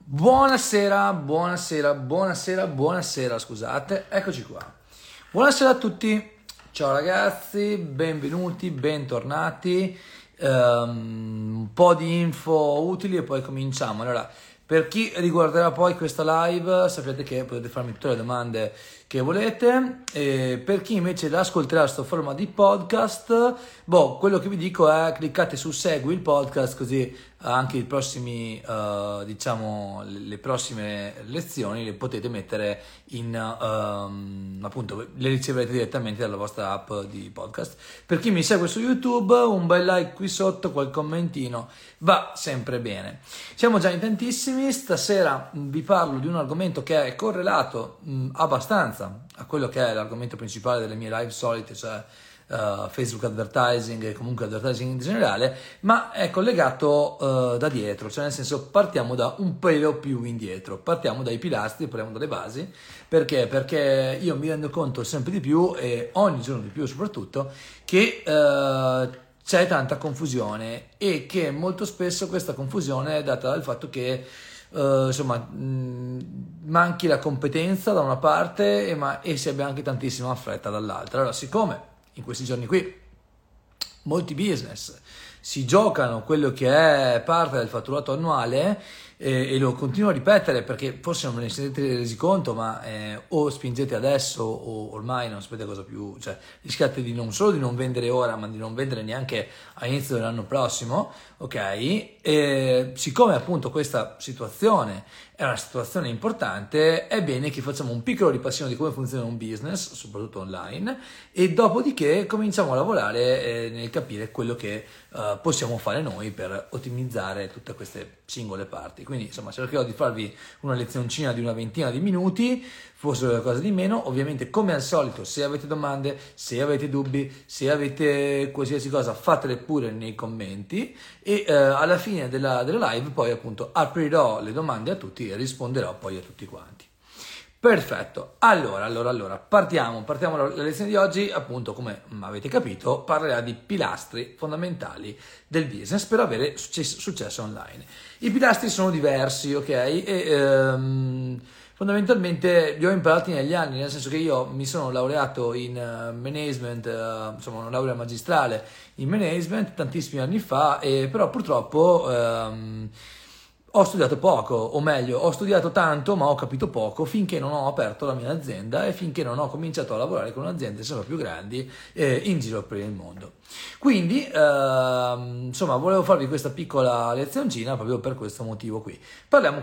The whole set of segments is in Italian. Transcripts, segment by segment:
Buonasera, scusate, eccoci qua. Buonasera a tutti, ciao ragazzi, benvenuti, bentornati. Un po' di info utili e poi cominciamo. Allora, per chi riguarderà poi questa live, sapete che potete farmi tutte le domande che volete. E per chi invece l'ascolterà questo formato di podcast, quello che vi dico è cliccate su segui il podcast, così anche i prossimi, le prossime lezioni le potete mettere in, appunto, le riceverete direttamente dalla vostra app di podcast. Per chi mi segue su YouTube, un bel like qui sotto, quel commentino va sempre bene. Siamo già in tantissimi, stasera vi parlo di un argomento che è correlato abbastanza a quello che è l'argomento principale delle mie live solite, cioè Facebook advertising e comunque advertising in generale, ma è collegato da dietro, cioè nel senso partiamo da un pelo più indietro, partiamo dai pilastri, parliamo dalle basi. Perché io mi rendo conto sempre di più e ogni giorno di più soprattutto che c'è tanta confusione e che molto spesso questa confusione è data dal fatto che manchi la competenza da una parte e si abbia anche tantissima fretta dall'altra. Allora, siccome in questi giorni qui molti business si giocano quello che è parte del fatturato annuale, e lo continuo a ripetere perché forse non ve ne siete resi conto, ma o spingete adesso o ormai non sapete cosa più, cioè rischiate di non solo di non vendere ora, ma di non vendere neanche all'inizio dell'anno prossimo, ok? E siccome appunto questa situazione è una situazione importante, è bene che facciamo un piccolo ripassino di come funziona un business, soprattutto online, e dopodiché cominciamo a lavorare nel capire quello che possiamo fare noi per ottimizzare tutte queste singole parti. Quindi insomma cercherò di farvi una lezioncina di una ventina di minuti, forse qualcosa di meno. Ovviamente, come al solito, se avete domande, se avete dubbi, se avete qualsiasi cosa, fatele pure nei commenti e alla fine della live poi appunto aprirò le domande a tutti e risponderò poi a tutti quanti. Perfetto, allora partiamo. La lezione di oggi, appunto, come avete capito, parlerà di pilastri fondamentali del business per avere successo online. I pilastri sono diversi, ok? E fondamentalmente li ho imparati negli anni, nel senso che io mi sono laureato in management, insomma una laurea magistrale in management tantissimi anni fa, però purtroppo ho studiato poco, o meglio, ho studiato tanto ma ho capito poco finché non ho aperto la mia azienda e finché non ho cominciato a lavorare con aziende sempre più grandi in giro per il mondo. Quindi, volevo farvi questa piccola lezioncina proprio per questo motivo qui. Partiamo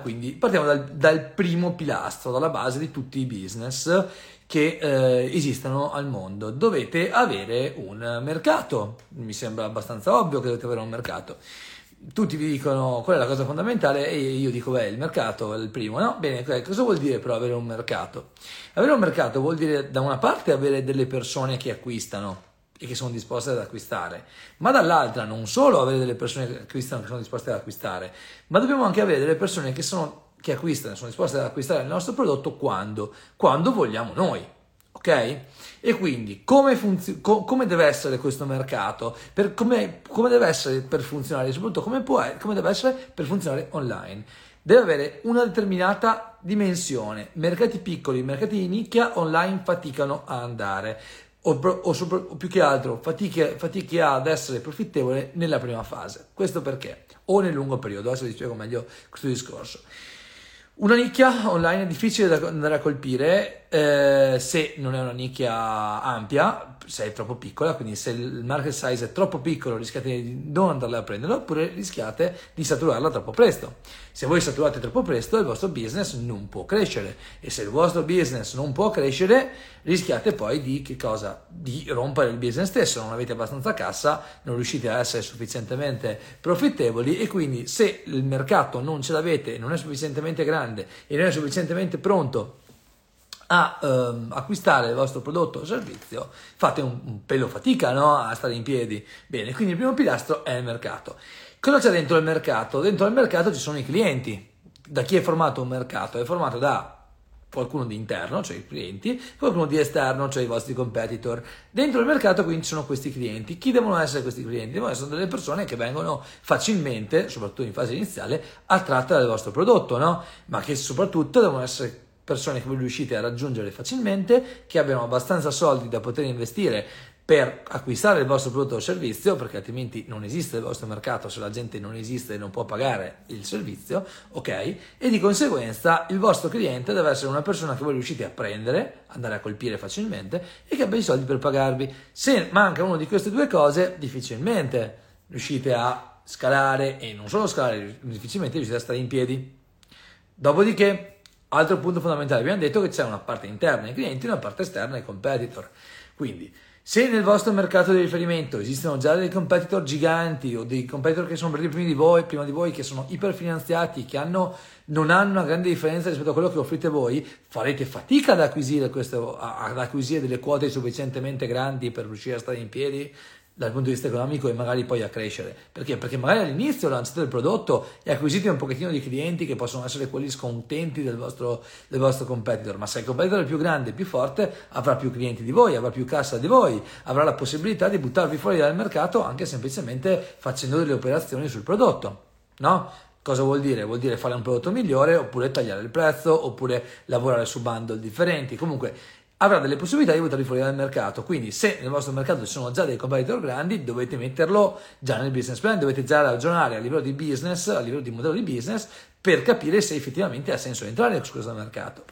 dal primo pilastro, dalla base di tutti i business che esistono al mondo. Dovete avere un mercato. Mi sembra abbastanza ovvio che dovete avere un mercato. Tutti vi dicono qual è la cosa fondamentale e io dico il mercato è il primo, no? Bene, cosa vuol dire però avere un mercato? Avere un mercato vuol dire da una parte avere delle persone che acquistano e che sono disposte ad acquistare, ma dall'altra non solo avere delle persone che acquistano che sono disposte ad acquistare, ma dobbiamo anche avere delle persone che acquistano e sono disposte ad acquistare il nostro prodotto quando vogliamo noi. Ok? E quindi come deve essere questo mercato? Come deve essere per funzionare? Soprattutto come deve essere per funzionare online? Deve avere una determinata dimensione. Mercati piccoli, mercati di nicchia online faticano a andare. O più che altro fatica ad essere profittevole nella prima fase. Questo perché? O nel lungo periodo. Adesso vi spiego meglio questo discorso. Una nicchia online è difficile da andare a colpire se non è una nicchia ampia, se è troppo piccola, quindi se il market size è troppo piccolo rischiate di non andarla a prendere, oppure rischiate di saturarla troppo presto. Se voi saturate troppo presto il vostro business non può crescere, e se il vostro business non può crescere rischiate poi di rompere il business stesso, non avete abbastanza cassa, non riuscite a essere sufficientemente profittevoli, e quindi se il mercato non ce l'avete, non è sufficientemente grande e non è sufficientemente pronto a acquistare il vostro prodotto o servizio, fate un pelo fatica, no? A stare in piedi. Bene, quindi il primo pilastro è il mercato. Cosa c'è dentro il mercato? Dentro il mercato ci sono i clienti. Da chi è formato un mercato? È formato da qualcuno di interno, cioè i clienti, qualcuno di esterno, cioè i vostri competitor. Dentro il mercato quindi ci sono questi clienti. Chi devono essere questi clienti? Devono essere delle persone che vengono facilmente, soprattutto in fase iniziale, attratte dal vostro prodotto, no? Ma che soprattutto devono essere persone che voi riuscite a raggiungere facilmente, che abbiano abbastanza soldi da poter investire per acquistare il vostro prodotto o servizio, perché altrimenti non esiste il vostro mercato se la gente non esiste e non può pagare il servizio, ok? E di conseguenza il vostro cliente deve essere una persona che voi riuscite a prendere, andare a colpire facilmente e che abbia i soldi per pagarvi. Se manca una di queste due cose, difficilmente riuscite a scalare, e non solo scalare, difficilmente riuscite a stare in piedi. Dopodiché, altro punto fondamentale, abbiamo detto che c'è una parte interna ai clienti e una parte esterna ai competitor. Quindi, se nel vostro mercato di riferimento esistono già dei competitor giganti o dei competitor che sono prima di voi, che sono iperfinanziati, che non hanno una grande differenza rispetto a quello che offrite voi, farete fatica ad acquisire delle quote sufficientemente grandi per riuscire a stare in piedi dal punto di vista economico e magari poi a crescere. Perché? Perché magari all'inizio lanciate il prodotto e acquisite un pochettino di clienti che possono essere quelli scontenti del vostro competitor, ma se il competitor è più grande e più forte avrà più clienti di voi, avrà più cassa di voi, avrà la possibilità di buttarvi fuori dal mercato anche semplicemente facendo delle operazioni sul prodotto, no? Cosa vuol dire? Vuol dire fare un prodotto migliore, oppure tagliare il prezzo, oppure lavorare su bundle differenti. Comunque avrà delle possibilità di buttarli fuori dal mercato. Quindi se nel vostro mercato ci sono già dei competitor grandi, dovete metterlo già nel business plan, dovete già ragionare a livello di business, a livello di modello di business, per capire se effettivamente ha senso entrare su questo mercato.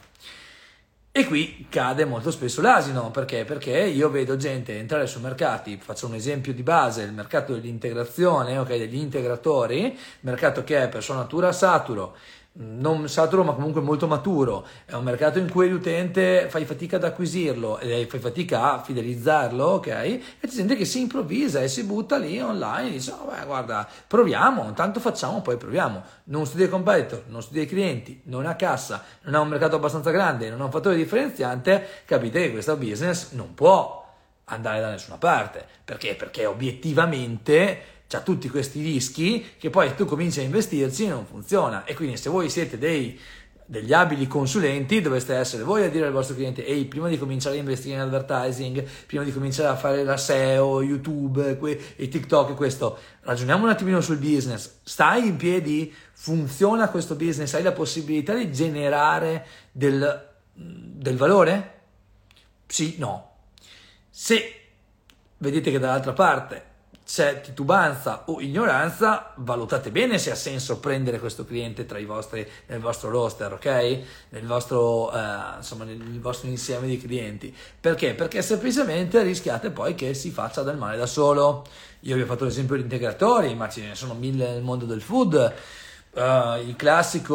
E qui cade molto spesso l'asino, perché? Perché io vedo gente entrare su mercati, faccio un esempio di base, il mercato dell'integrazione, ok, degli integratori, mercato che è per sua natura saturo, non saturo ma comunque molto maturo, è un mercato in cui l'utente fai fatica ad acquisirlo e fai fatica a fidelizzarlo, ok? E c'è gente che si improvvisa e si butta lì online e dice, oh, beh, guarda, proviamo, intanto facciamo, poi proviamo. Non studia i competitor, non studia i clienti, non ha cassa, non ha un mercato abbastanza grande, non ha un fattore differenziante, capite che questo business non può andare da nessuna parte. Perché? Perché obiettivamente c'ha tutti questi rischi che poi tu cominci a investirci e non funziona. E quindi se voi siete degli abili consulenti, dovreste essere voi a dire al vostro cliente, ehi, prima di cominciare a investire in advertising, prima di cominciare a fare la SEO, YouTube e TikTok e questo, ragioniamo un attimino sul business. Stai in piedi? Funziona questo business? Hai la possibilità di generare del valore? Sì, no. Se vedete che dall'altra parte c'è titubanza o ignoranza, valutate bene se ha senso prendere questo cliente nel vostro roster, ok? Nel vostro insieme di clienti. Perché? Perché semplicemente rischiate poi che si faccia del male da solo. Io vi ho fatto l'esempio di integratori, ma ce ne sono 1000 nel mondo del food. Il classico,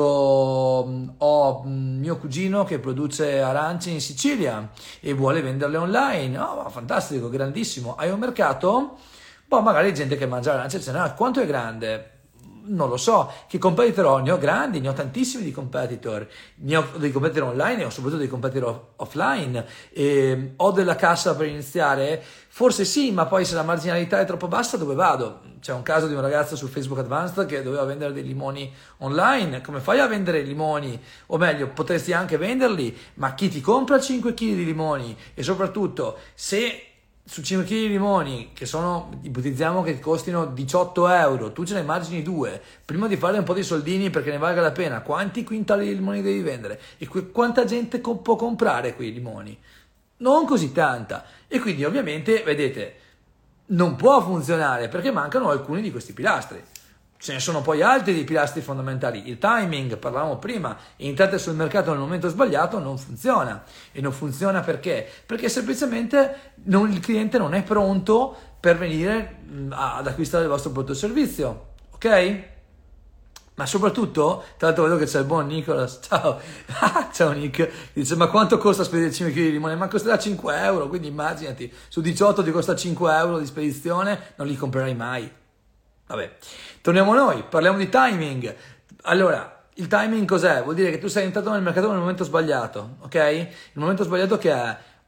ho mio cugino che produce arance in Sicilia e vuole venderle online. Oh, fantastico, grandissimo. Hai un mercato? Boh, magari gente che mangia l'arance ce n'ha. Quanto è grande? Non lo so. Che competitor ho? Ne ho grandi, ne ho tantissimi di competitor. Ne ho dei competitor online e ho soprattutto dei competitor offline. Ho della cassa per iniziare? Forse sì, ma poi se la marginalità è troppo bassa, dove vado? C'è un caso di un ragazzo su Facebook Advanced che doveva vendere dei limoni online. Come fai a vendere limoni? O meglio, potresti anche venderli, ma chi ti compra 5 kg di limoni? E soprattutto, se su 5 kg di limoni, che sono, ipotizziamo che costino 18 euro, tu ce ne margini 2, prima di fare un po' di soldini perché ne valga la pena, quanti quintali di limoni devi vendere? E quanta gente può comprare quei limoni? Non così tanta. E quindi ovviamente, vedete, non può funzionare perché mancano alcuni di questi pilastri. Ce ne sono poi altri dei pilastri fondamentali. Il timing, parlavamo prima, entrate sul mercato nel momento sbagliato, non funziona. E non funziona perché? Perché semplicemente il cliente non è pronto per venire ad acquistare il vostro prodotto o servizio. Ok? Ma soprattutto, tra l'altro vedo che c'è il buon Nicolas, ciao, ciao Nick, dice ma quanto costa spedire 5 kg di limone? Ma costerà 5 euro, quindi immaginati, su 18 ti costa 5 euro di spedizione, non li comprerai mai. Vabbè, torniamo a noi, parliamo di timing. Allora, il timing cos'è? Vuol dire che tu sei entrato nel mercato nel momento sbagliato, ok? Il momento sbagliato che è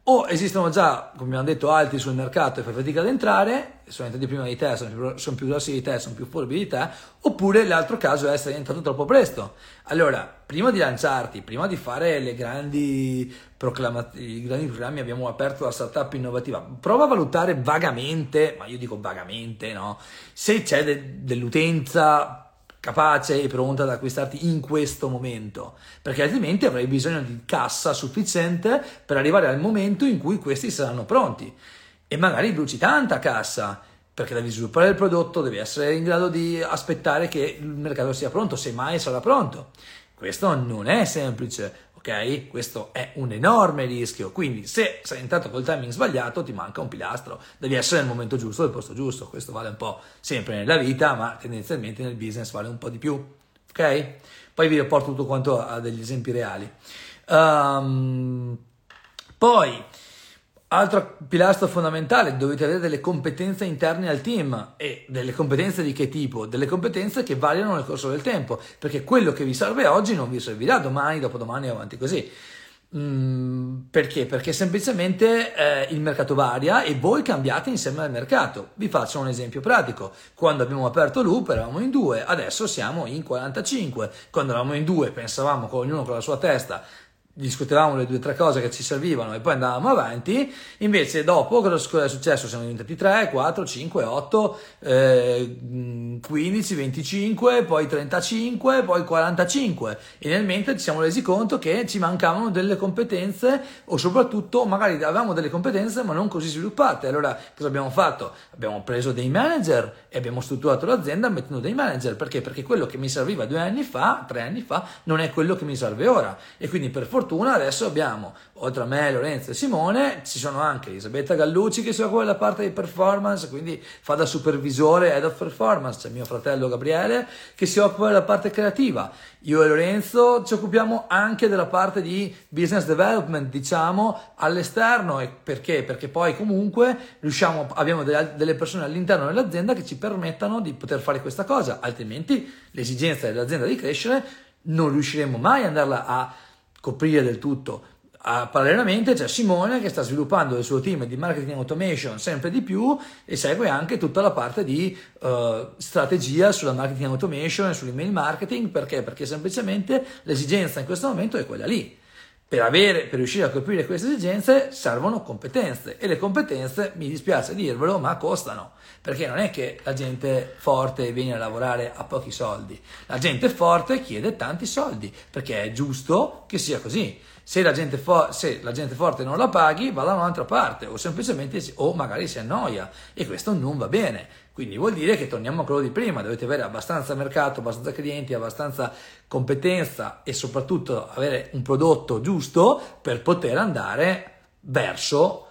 o esistono già, come abbiamo detto, altri sul mercato e fai fatica ad entrare, sono entrati prima di te, sono più grossi di te, sono più furbi di te, oppure l'altro caso è essere entrato troppo presto. Allora, prima di lanciarti, prima di fare i grandi programmi, abbiamo aperto la startup innovativa, prova a valutare vagamente, ma io dico vagamente, no? Se c'è dell'utenza capace e pronta ad acquistarti in questo momento, perché altrimenti avrai bisogno di cassa sufficiente per arrivare al momento in cui questi saranno pronti e magari bruci tanta cassa perché devi sviluppare il prodotto, devi essere in grado di aspettare che il mercato sia pronto, se mai sarà pronto. Questo non è semplice, ok? Questo è un enorme rischio, quindi se sei entrato col timing sbagliato ti manca un pilastro, devi essere nel momento giusto, al posto giusto. Questo vale un po' sempre nella vita, ma tendenzialmente nel business vale un po' di più, ok? Poi vi riporto tutto quanto a degli esempi reali. Poi altro pilastro fondamentale, dovete avere delle competenze interne al team. E delle competenze di che tipo? Delle competenze che variano nel corso del tempo, perché quello che vi serve oggi non vi servirà domani, dopodomani e avanti così. Perché? Perché semplicemente il mercato varia e voi cambiate insieme al mercato. Vi faccio un esempio pratico: quando abbiamo aperto Loop eravamo in 2, adesso siamo in 45. Quando eravamo in 2 pensavamo ognuno con la sua testa, discutevamo le 2 o 3 cose che ci servivano e poi andavamo avanti. Invece dopo cosa è successo? Siamo diventati 3, 4, 5, 8, 15, 25, poi 35, poi 45 e nel mentre ci siamo resi conto che ci mancavano delle competenze, o soprattutto magari avevamo delle competenze ma non così sviluppate. Allora cosa abbiamo fatto? Abbiamo preso dei manager e abbiamo strutturato l'azienda mettendo dei manager. Perché? Perché quello che mi serviva 2 anni fa, 3 anni fa, non è quello che mi serve ora, e quindi per fortuna adesso abbiamo, oltre a me, Lorenzo e Simone, ci sono anche Elisabetta Gallucci che si occupa della parte di performance, quindi fa da supervisore, head of performance. C'è mio fratello Gabriele che si occupa della parte creativa. Io e Lorenzo ci occupiamo anche della parte di business development, diciamo, all'esterno. E perché? Perché poi comunque abbiamo delle persone all'interno dell'azienda che ci permettano di poter fare questa cosa, altrimenti l'esigenza dell'azienda di crescere non riusciremo mai ad andarla a coprire del tutto. Parallelamente c'è Simone che sta sviluppando il suo team di marketing automation sempre di più e segue anche tutta la parte di strategia sulla marketing automation e sull'email marketing. Perché? Perché semplicemente l'esigenza in questo momento è quella lì. Per riuscire a coprire queste esigenze servono competenze, e le competenze, mi dispiace dirvelo, ma costano, perché non è che la gente forte viene a lavorare a pochi soldi. La gente forte chiede tanti soldi, perché è giusto che sia così. Se la gente forte non la paghi, va da un'altra parte, o semplicemente magari si annoia, e questo non va bene. Quindi vuol dire che torniamo a quello di prima: dovete avere abbastanza mercato, abbastanza clienti, abbastanza competenza e soprattutto avere un prodotto giusto per poter andare verso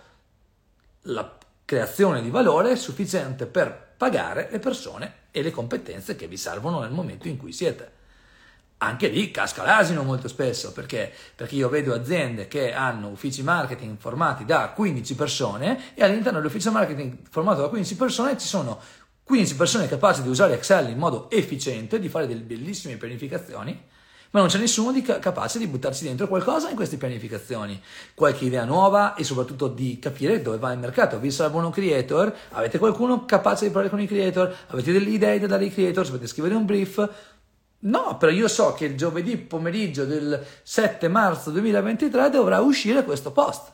la creazione di valore sufficiente per pagare le persone e le competenze che vi servono nel momento in cui siete. Anche lì casca l'asino molto spesso, perché io vedo aziende che hanno uffici marketing formati da 15 persone e all'interno dell'ufficio marketing formato da 15 persone ci sono 15 persone capaci di usare Excel in modo efficiente, di fare delle bellissime pianificazioni, ma non c'è nessuno capace di buttarci dentro qualcosa in queste pianificazioni, qualche idea nuova, e soprattutto di capire dove va il mercato. Vi servono creator? Avete qualcuno capace di parlare con i creator? Avete delle idee da dare ai creator? Sapete scrivere un brief? No, però io so che il giovedì pomeriggio del 7 marzo 2023 dovrà uscire questo post.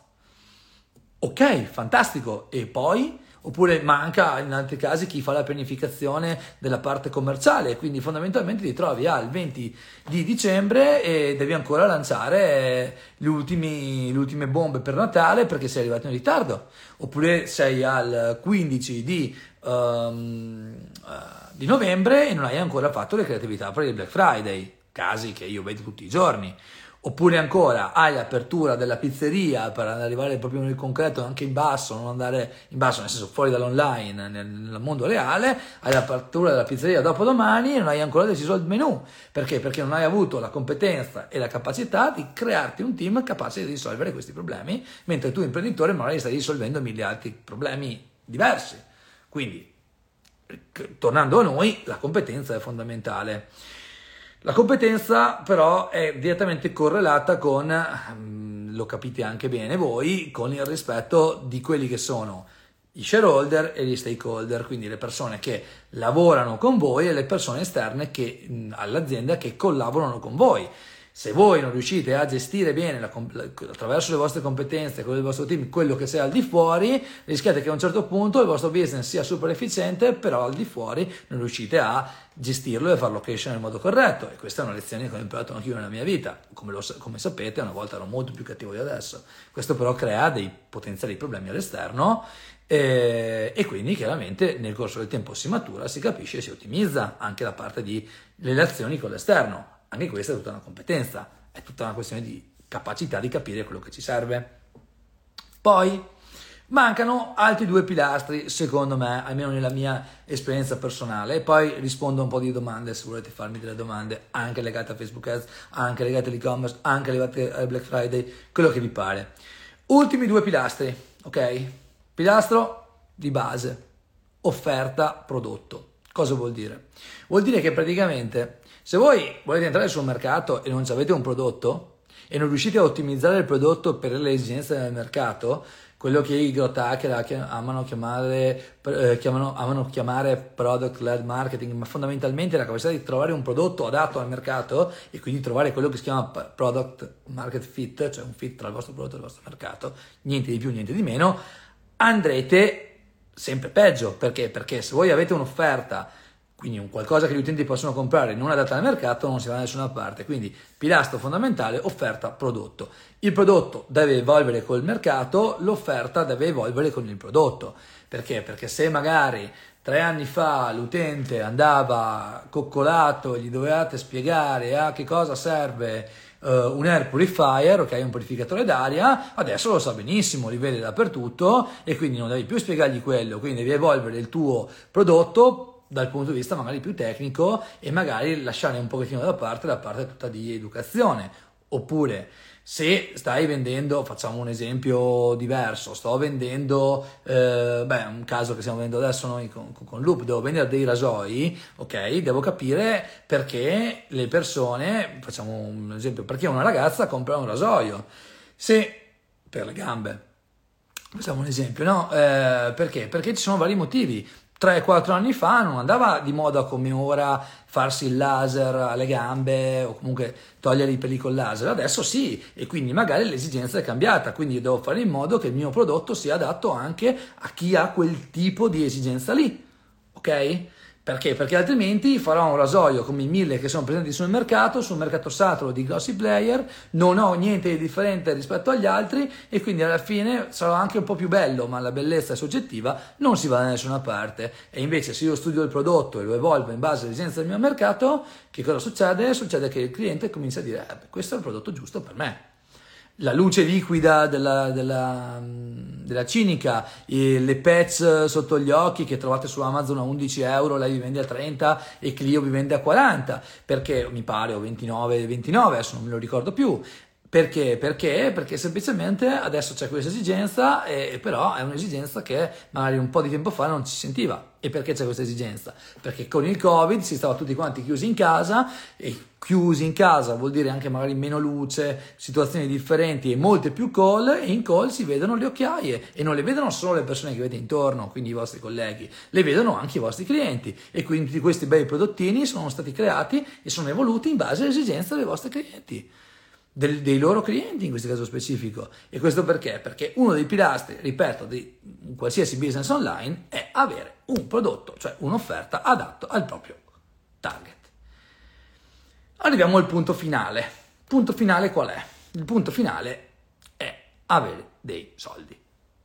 Ok, fantastico. E poi? Oppure manca in altri casi chi fa la pianificazione della parte commerciale, quindi fondamentalmente ti trovi al 20 di dicembre e devi ancora lanciare le ultime bombe per Natale perché sei arrivato in ritardo. Oppure sei al 15 di novembre e non hai ancora fatto le creatività per il Black Friday, casi che io vedo tutti i giorni. Oppure ancora hai l'apertura della pizzeria per arrivare proprio nel concreto, anche in basso, non andare in basso nel senso fuori dall'online, nel mondo reale. Hai l'apertura della pizzeria dopodomani e non hai ancora deciso il menù. Perché? Perché non hai avuto la competenza e la capacità di crearti un team capace di risolvere questi problemi, mentre tu imprenditore magari stai risolvendo 1000 altri problemi diversi. Quindi, tornando a noi, la competenza è fondamentale. La competenza però è direttamente correlata con lo capite anche bene voi, con il rispetto di quelli che sono i shareholder e gli stakeholder, quindi le persone che lavorano con voi e le persone esterne all'azienda che collaborano con voi. Se voi non riuscite a gestire bene attraverso le vostre competenze, quello del vostro team, quello che c'è al di fuori, rischiate che a un certo punto il vostro business sia super efficiente, però al di fuori non riuscite a gestirlo e farlo crescere nel modo corretto. E questa è una lezione che ho imparato anche io nella mia vita. Come sapete, una volta ero molto più cattivo di adesso. Questo però crea dei potenziali problemi all'esterno e quindi chiaramente nel corso del tempo si matura, si capisce e si ottimizza anche la parte di relazioni con l'esterno. Anche questa è tutta una competenza, è tutta una questione di capacità di capire quello che ci serve. Poi mancano altri 2 pilastri, secondo me, almeno nella mia esperienza personale, e poi rispondo a un po' di domande se volete farmi delle domande, anche legate a Facebook Ads, anche legate all'e-commerce, anche legate al Black Friday, quello che vi pare. Ultimi 2 pilastri, ok? Pilastro di base, offerta, prodotto. Cosa vuol dire? Vuol dire che praticamente se voi volete entrare sul mercato e non avete un prodotto e non riuscite a ottimizzare il prodotto per le esigenze del mercato, quello che i growth hacker amano chiamare product-led marketing, ma fondamentalmente la capacità di trovare un prodotto adatto al mercato e quindi trovare quello che si chiama product market fit, cioè un fit tra il vostro prodotto e il vostro mercato, niente di più, niente di meno, andrete sempre peggio. Perché? Perché se voi avete un'offerta, quindi un qualcosa che gli utenti possono comprare non adatta al mercato, non si va da nessuna parte. Quindi pilastro fondamentale, offerta, prodotto. Il prodotto deve evolvere col mercato, l'offerta deve evolvere con il prodotto. Perché? Perché se magari 3 anni fa l'utente andava coccolato, gli dovevate spiegare a che cosa serve un air purifier, ok, un purificatore d'aria, adesso lo sa benissimo, li vede dappertutto e quindi non devi più spiegargli quello, quindi devi evolvere il tuo prodotto dal punto di vista magari più tecnico e magari lasciare un pochettino da parte la parte tutta di educazione. Oppure se stai vendendo, facciamo un esempio diverso, sto vendendo, un caso che stiamo vendendo adesso noi con Loop, devo vendere dei rasoi, ok, devo capire perché le persone, facciamo un esempio, perché una ragazza compra un rasoio, se per le gambe, facciamo un esempio, no? Perché? Perché ci sono vari motivi. 3-4 anni fa non andava di moda come ora farsi il laser alle gambe o comunque togliere i peli col laser, adesso sì, e quindi magari l'esigenza è cambiata, quindi io devo fare in modo che il mio prodotto sia adatto anche a chi ha quel tipo di esigenza lì, ok? Perché? Perché altrimenti farò un rasoio come i 1000 che sono presenti sul mercato saturo di grossi player, non ho niente di differente rispetto agli altri e quindi alla fine sarò anche un po' più bello, ma la bellezza è soggettiva, non si va da nessuna parte. E invece se io studio il prodotto e lo evolvo in base alle esigenze del mio mercato, che cosa succede? Succede che il cliente comincia a dire questo è il prodotto giusto per me. La luce liquida della cinica, le patch sotto gli occhi che trovate su Amazon a 11 euro, lei vi vende a 30 e Clio vi vende a 40, perché mi pare, o 29, adesso non me lo ricordo più. Perché? Perché semplicemente adesso c'è questa esigenza, però è un'esigenza che magari un po' di tempo fa non si sentiva. E perché c'è questa esigenza? Perché con il Covid si stava tutti quanti chiusi in casa, e chiusi in casa vuol dire anche magari meno luce, situazioni differenti e molte più call, e in call si vedono le occhiaie e non le vedono solo le persone che avete intorno, quindi i vostri colleghi, le vedono anche i vostri clienti, e quindi questi bei prodottini sono stati creati e sono evoluti in base alle esigenze dei vostri clienti. Dei loro clienti in questo caso specifico. E questo perché? Perché uno dei pilastri, ripeto, di qualsiasi business online è avere un prodotto, cioè un'offerta adatto al proprio target. Arriviamo al punto finale. Il punto finale qual è? Il punto finale è avere dei soldi.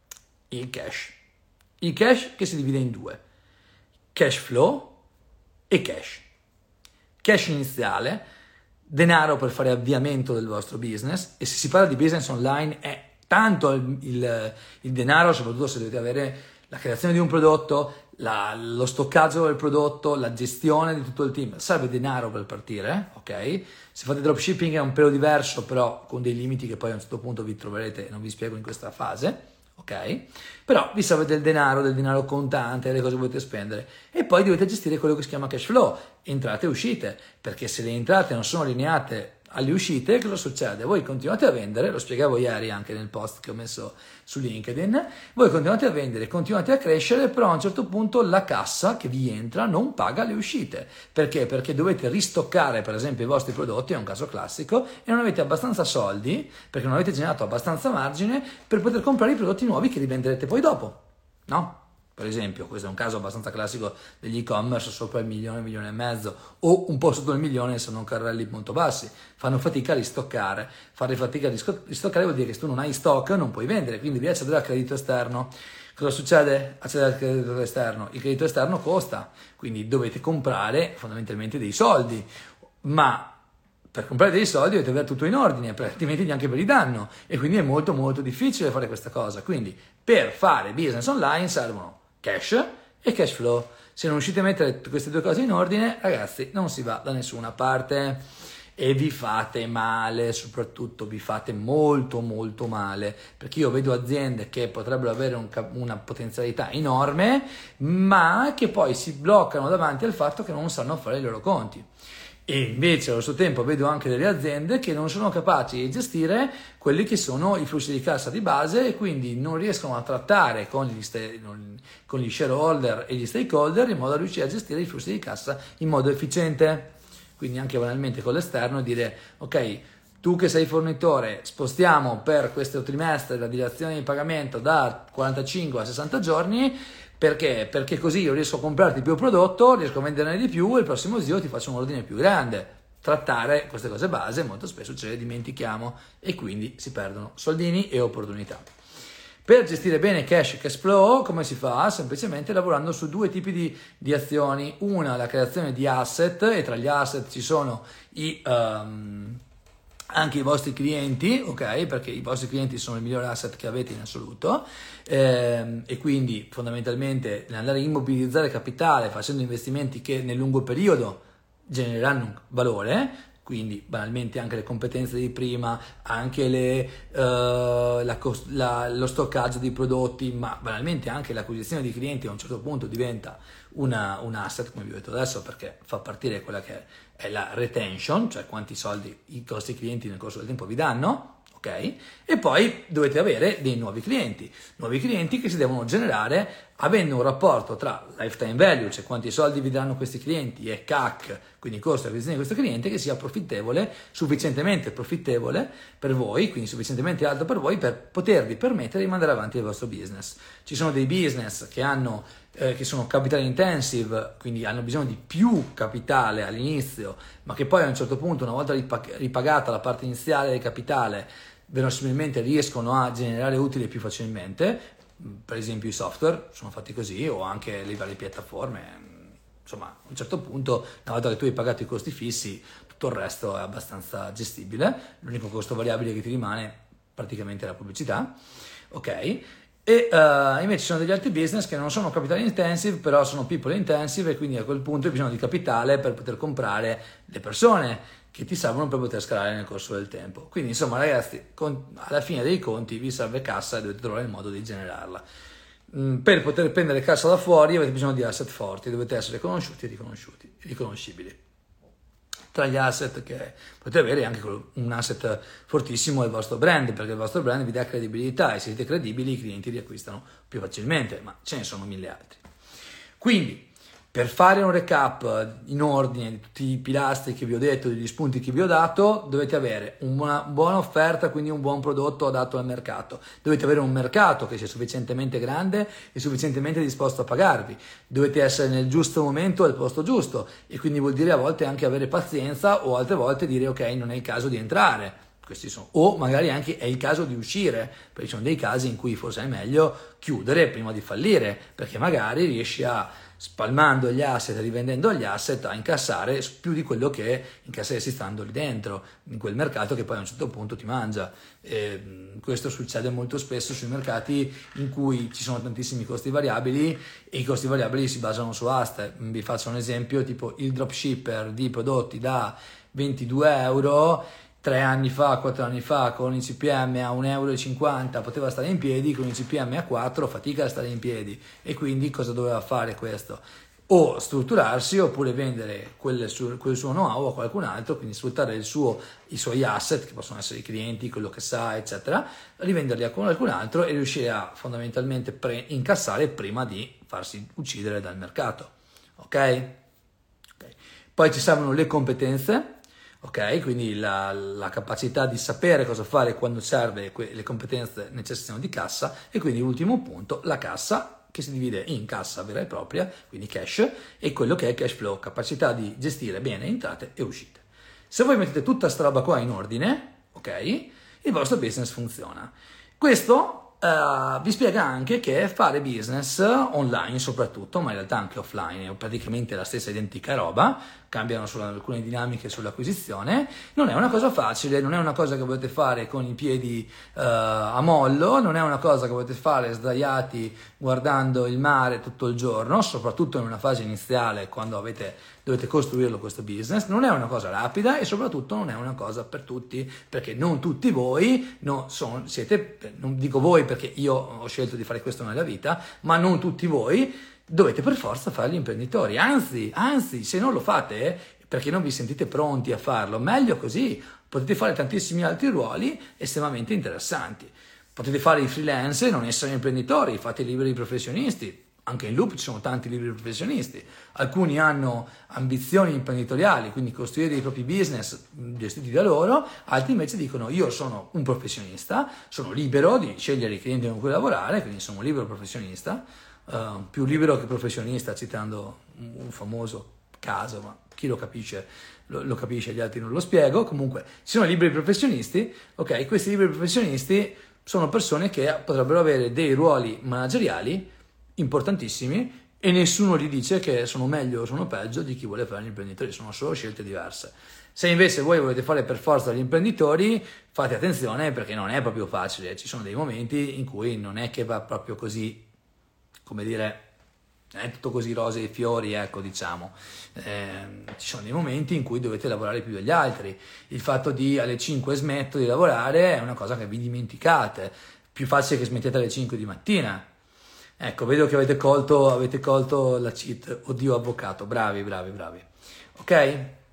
Il cash. Il cash che si divide in 2. Cash flow e cash. Cash iniziale, denaro per fare avviamento del vostro business, e se si parla di business online è tanto il denaro, soprattutto se dovete avere la creazione di un prodotto, lo stoccaggio del prodotto, la gestione di tutto il team, serve denaro per partire, ok? Se fate dropshipping è un pelo diverso, però con dei limiti che poi a un certo punto vi troverete e non vi spiego in questa fase, ok? Però vi serve del denaro contante, le cose che volete spendere, e poi dovete gestire quello che si chiama cash flow, entrate e uscite, perché se le entrate non sono allineate alle uscite, cosa succede? Voi continuate a vendere, lo spiegavo ieri anche nel post che ho messo su LinkedIn, voi continuate a vendere, continuate a crescere, però a un certo punto la cassa che vi entra non paga le uscite. Perché? Perché dovete ristoccare per esempio i vostri prodotti, è un caso classico, e non avete abbastanza soldi, perché non avete generato abbastanza margine per poter comprare i prodotti nuovi che rivenderete poi dopo, no? Per esempio, questo è un caso abbastanza classico degli e-commerce sopra il 1,5 milioni, o un po' sotto il milione se non carrelli molto bassi. Fanno fatica a ristoccare. Fare fatica a ristoccare vuol dire che se tu non hai stock non puoi vendere, quindi devi accedere al credito esterno. Cosa succede? Accedere al credito esterno. Il credito esterno costa, quindi dovete comprare fondamentalmente dei soldi, ma per comprare dei soldi dovete avere tutto in ordine, altrimenti neanche ve li danno, e quindi è molto molto difficile fare questa cosa. Quindi per fare business online servono cash e cash flow. Se non riuscite a mettere queste due cose in ordine, ragazzi, non si va da nessuna parte e vi fate male, soprattutto vi fate molto molto male, perché io vedo aziende che potrebbero avere una potenzialità enorme, ma che poi si bloccano davanti al fatto che non sanno fare i loro conti. E invece allo stesso tempo vedo anche delle aziende che non sono capaci di gestire quelli che sono i flussi di cassa di base, e quindi non riescono a trattare con gli shareholder e gli stakeholder in modo da riuscire a gestire i flussi di cassa in modo efficiente. Quindi anche banalmente con l'esterno dire: ok, tu che sei fornitore, spostiamo per questo trimestre la dilazione di pagamento da 45 a 60 giorni. Perché? Perché così io riesco a comprarti più prodotto, riesco a venderne di più e il prossimo giro ti faccio un ordine più grande. Trattare queste cose base molto spesso ce le dimentichiamo e quindi si perdono soldini e opportunità. Per gestire bene cash e cash flow come si fa? Semplicemente lavorando su due tipi di azioni. Una, la creazione di asset, e tra gli asset ci sono anche i vostri clienti, ok? Perché i vostri clienti sono il migliore asset che avete in assoluto, e quindi fondamentalmente andare a immobilizzare capitale facendo investimenti che nel lungo periodo genereranno valore, quindi banalmente anche le competenze di prima, anche lo stoccaggio di prodotti, ma banalmente anche l'acquisizione di clienti a un certo punto diventa un asset, come vi ho detto adesso, perché fa partire quella che è la retention, cioè quanti soldi i vostri clienti nel corso del tempo vi danno, ok? E poi dovete avere dei nuovi clienti che si devono generare avendo un rapporto tra lifetime value, cioè quanti soldi vi danno questi clienti, e CAC, quindi costo di acquisizione di questo cliente, che sia profittevole, sufficientemente profittevole per voi, quindi sufficientemente alto per voi per potervi permettere di mandare avanti il vostro business. Ci sono dei business che sono capital intensive, quindi hanno bisogno di più capitale all'inizio, ma che poi a un certo punto, una volta ripagata la parte iniziale del capitale, verosimilmente riescono a generare utile più facilmente. Per esempio i software sono fatti così, o anche le varie piattaforme. Insomma, a un certo punto, una volta che tu hai pagato i costi fissi, tutto il resto è abbastanza gestibile. L'unico costo variabile che ti rimane praticamente è la pubblicità, ok? E invece ci sono degli altri business che non sono capital intensive, però sono people intensive, e quindi a quel punto hai bisogno di capitale per poter comprare le persone che ti servono per poter scalare nel corso del tempo. Quindi insomma ragazzi, alla fine dei conti vi serve cassa e dovete trovare il modo di generarla. Per poter prendere cassa da fuori avete bisogno di asset forti, dovete essere conosciuti e riconoscibili. Tra gli asset che potete avere anche un asset fortissimo è il vostro brand, perché il vostro brand vi dà credibilità, e se siete credibili i clienti riacquistano più facilmente, ma ce ne sono mille altri. Quindi, per fare un recap in ordine di tutti i pilastri che vi ho detto, degli spunti che vi ho dato, dovete avere una buona offerta, quindi un buon prodotto adatto al mercato. Dovete avere un mercato che sia sufficientemente grande e sufficientemente disposto a pagarvi. Dovete essere nel giusto momento al posto giusto, e quindi vuol dire a volte anche avere pazienza, o altre volte dire ok, non è il caso di entrare. Questi sono, o magari anche è il caso di uscire, perché ci sono dei casi in cui forse è meglio chiudere prima di fallire, perché magari riesci a, spalmando gli asset e rivendendo gli asset, a incassare più di quello che incasseresti stando lì dentro, in quel mercato che poi a un certo punto ti mangia. Questo succede molto spesso sui mercati in cui ci sono tantissimi costi variabili, e i costi variabili si basano su aste. Vi faccio un esempio, tipo il dropshipper di prodotti da 22 euro, 3 anni fa, 4 anni fa, con il CPM a 1,50 euro poteva stare in piedi, con il CPM a 4 fatica a stare in piedi. E quindi cosa doveva fare questo? o strutturarsi, oppure vendere quel suo know-how a qualcun altro, quindi sfruttare i suoi asset, che possono essere i clienti, quello che sa, eccetera, rivenderli a qualcun altro e riuscire a fondamentalmente incassare prima di farsi uccidere dal mercato. Ok? Poi ci servono le competenze, ok? Quindi la capacità di sapere cosa fare quando serve, le competenze necessitano di cassa, e quindi ultimo punto, la cassa, che si divide in cassa vera e propria, quindi cash, e quello che è cash flow, capacità di gestire bene entrate e uscite. Se voi mettete tutta sta roba qua in ordine, ok? Il vostro business funziona. Questo vi spiega anche che fare business online soprattutto, ma in realtà anche offline, è praticamente la stessa identica roba, cambiano solo alcune dinamiche sull'acquisizione, non è una cosa facile, non è una cosa che potete fare con i piedi a mollo, non è una cosa che potete fare sdraiati guardando il mare tutto il giorno, soprattutto in una fase iniziale quando dovete costruirlo questo business, non è una cosa rapida e soprattutto non è una cosa per tutti, perché non tutti voi, non dico voi perché io ho scelto di fare questo nella vita, ma non tutti voi dovete per forza fare gli imprenditori, anzi, se non lo fate perché non vi sentite pronti a farlo, meglio così, potete fare tantissimi altri ruoli estremamente interessanti, potete fare i freelance e non essere imprenditori, fate i liberi professionisti. Anche in Loop ci sono tanti liberi professionisti, alcuni hanno ambizioni imprenditoriali, quindi costruire i propri business gestiti da loro, altri invece dicono io sono un professionista, sono libero di scegliere i clienti con cui lavorare, quindi sono un libero professionista, più libero che professionista, citando un famoso caso, ma chi lo capisce lo capisce, gli altri non lo spiego. Comunque ci sono liberi professionisti, ok? Questi liberi professionisti sono persone che potrebbero avere dei ruoli manageriali importantissimi e nessuno gli dice che sono meglio o sono peggio di chi vuole fare gli imprenditori, sono solo scelte diverse. Se invece voi volete fare per forza gli imprenditori, fate attenzione perché non è proprio facile, ci sono dei momenti in cui non è che va proprio così, come dire, non è tutto così rose e fiori, ecco, diciamo. Ci sono dei momenti in cui dovete lavorare più degli altri, il fatto di alle 5 smetto di lavorare è una cosa che vi dimenticate, più facile che smettete alle 5 di mattina. Ecco, vedo che avete colto la cheat, oddio avvocato, bravi. Ok?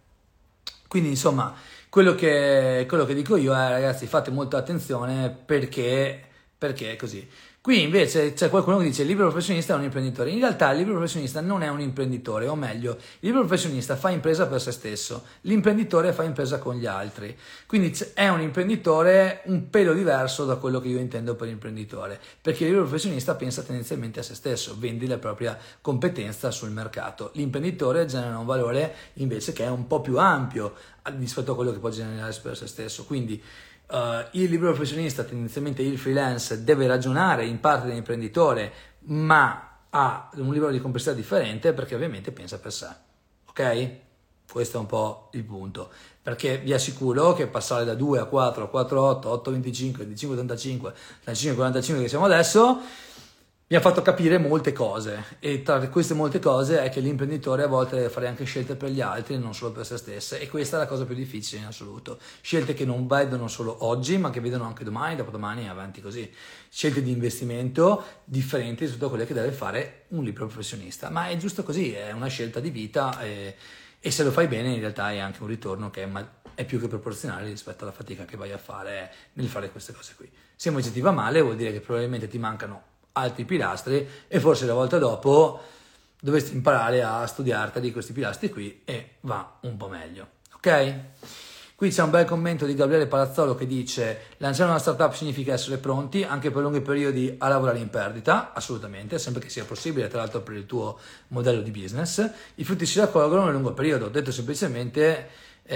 Quindi insomma, quello che dico io è, ragazzi, fate molta attenzione perché è così. Qui invece c'è qualcuno che dice il libero professionista è un imprenditore. In realtà il libero professionista non è un imprenditore, o meglio, il libero professionista fa impresa per se stesso, l'imprenditore fa impresa con gli altri. Quindi è un imprenditore un pelo diverso da quello che io intendo per imprenditore, perché il libero professionista pensa tendenzialmente a se stesso, vende la propria competenza sul mercato. L'imprenditore genera un valore invece che è un po' più ampio rispetto a quello che può generare per se stesso. Quindi il libero professionista, tendenzialmente il freelance, deve ragionare in parte dell'imprenditore, ma ha un livello di complessità differente perché ovviamente pensa per sé, ok? Questo è un po' il punto, perché vi assicuro che passare da 2 a 4, a 4 a 8, 8 a 25, 25 a 85, 35 a 45 che siamo adesso, mi ha fatto capire molte cose, e tra queste molte cose è che l'imprenditore a volte deve fare anche scelte per gli altri e non solo per se stesse, e questa è la cosa più difficile in assoluto. Scelte che non vedono solo oggi, ma che vedono anche domani, dopodomani e avanti così. Scelte di investimento differenti rispetto a quelle che deve fare un libero professionista, ma è giusto così, è una scelta di vita e se lo fai bene in realtà è anche un ritorno che è più che proporzionale rispetto alla fatica che vai a fare nel fare queste cose qui. Se invece ti va male vuol dire che probabilmente ti mancano altri pilastri e forse la volta dopo dovresti imparare a studiarti questi pilastri qui e va un po' meglio, ok? Qui c'è un bel commento di Gabriele Palazzolo che dice lanciare una startup significa essere pronti anche per lunghi periodi a lavorare in perdita, assolutamente, sempre che sia possibile, tra l'altro per il tuo modello di business. I frutti si raccolgono nel lungo periodo, detto semplicemente,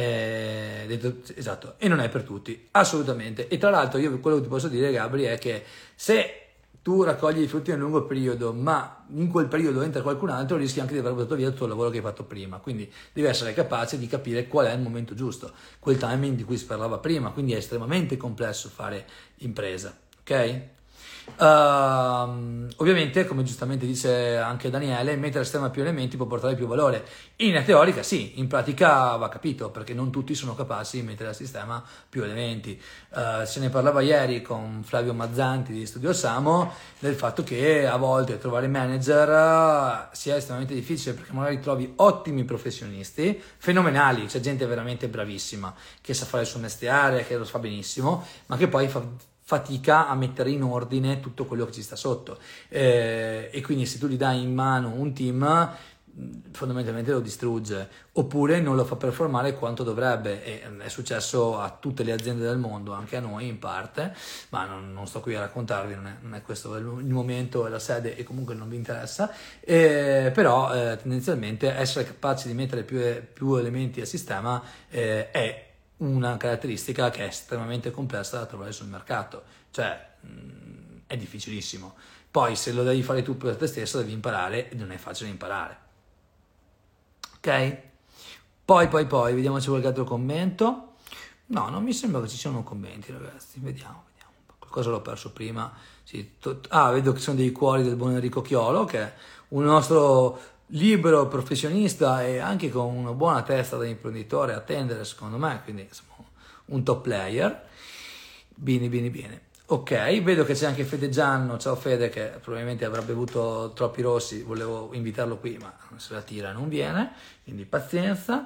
esatto, e non è per tutti, assolutamente. E tra l'altro io quello che ti posso dire, Gabri, è che se tu raccogli i frutti nel lungo periodo, ma in quel periodo entra qualcun altro, rischi anche di aver buttato via tutto il lavoro che hai fatto prima. Quindi devi essere capace di capire qual è il momento giusto, quel timing di cui si parlava prima. Quindi è estremamente complesso fare impresa, ok? Ovviamente, come giustamente dice anche Daniele, mettere a sistema più elementi può portare più valore. In teorica sì, in pratica va capito, perché non tutti sono capaci di mettere a sistema più elementi. Se ne parlava ieri con Flavio Mazzanti di Studio Samo, del fatto che a volte trovare manager sia estremamente difficile, perché magari trovi ottimi professionisti, fenomenali, c'è gente veramente bravissima, che sa fare il suo mestiere, che lo fa benissimo, ma che poi fatica a mettere in ordine tutto quello che ci sta sotto, e quindi se tu gli dai in mano un team fondamentalmente lo distrugge, oppure non lo fa performare quanto dovrebbe, e è successo a tutte le aziende del mondo, anche a noi in parte, ma non sto qui a raccontarvi, non è questo il momento e la sede, e comunque non vi interessa, però tendenzialmente essere capaci di mettere più elementi a sistema è una caratteristica che è estremamente complessa da trovare sul mercato, cioè è difficilissimo. Poi se lo devi fare tu per te stesso devi imparare, e non è facile imparare. Ok? Poi, vediamo se c'è qualche altro commento. No, non mi sembra che ci siano commenti, ragazzi, vediamo. Qualcosa l'ho perso prima. Sì, vedo che sono dei cuori del buon Enrico Chiolo, che è un nostro libero professionista e anche con una buona testa da imprenditore a tendere, secondo me, quindi insomma, un top player. Bene. Ok, vedo che c'è anche Fede Gianno, ciao Fede, che probabilmente avrà bevuto troppi rossi, volevo invitarlo qui, ma se la tira non viene, quindi pazienza.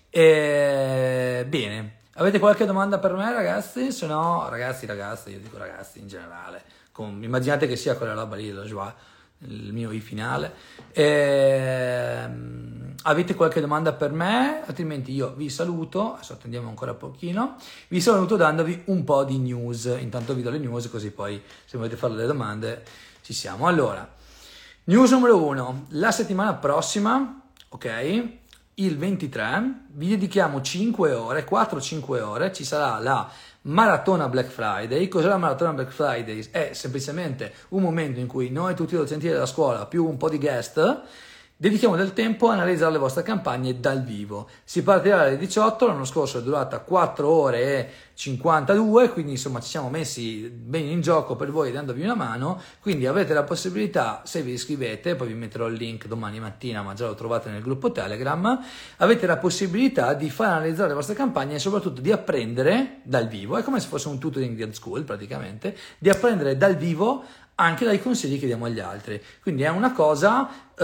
Bene, avete qualche domanda per me, ragazzi? Se no, ragazzi, io dico ragazzi in generale, immaginate che sia quella roba lì, la joie, il mio I finale. Avete qualche domanda per me? Altrimenti io vi saluto, adesso attendiamo ancora un pochino, vi saluto dandovi un po' di news, intanto vi do le news così poi se volete fare delle domande ci siamo. Allora, news numero 1, la settimana prossima, ok, il 23, vi dedichiamo 4-5 ore, ci sarà la Maratona Black Friday. Cos'è la Maratona Black Friday? È semplicemente un momento in cui noi tutti i docenti della scuola più un po' di guest dedichiamo del tempo a analizzare le vostre campagne dal vivo. Si partirà alle 18, l'anno scorso è durata 4 ore e 52, quindi insomma ci siamo messi bene in gioco per voi dandovi una mano, quindi avrete la possibilità, se vi iscrivete, poi vi metterò il link domani mattina, ma già lo trovate nel gruppo Telegram, avete la possibilità di far analizzare le vostre campagne e soprattutto di apprendere dal vivo, è come se fosse un tutoring di school praticamente, di apprendere dal vivo anche dai consigli che diamo agli altri. Quindi è una cosa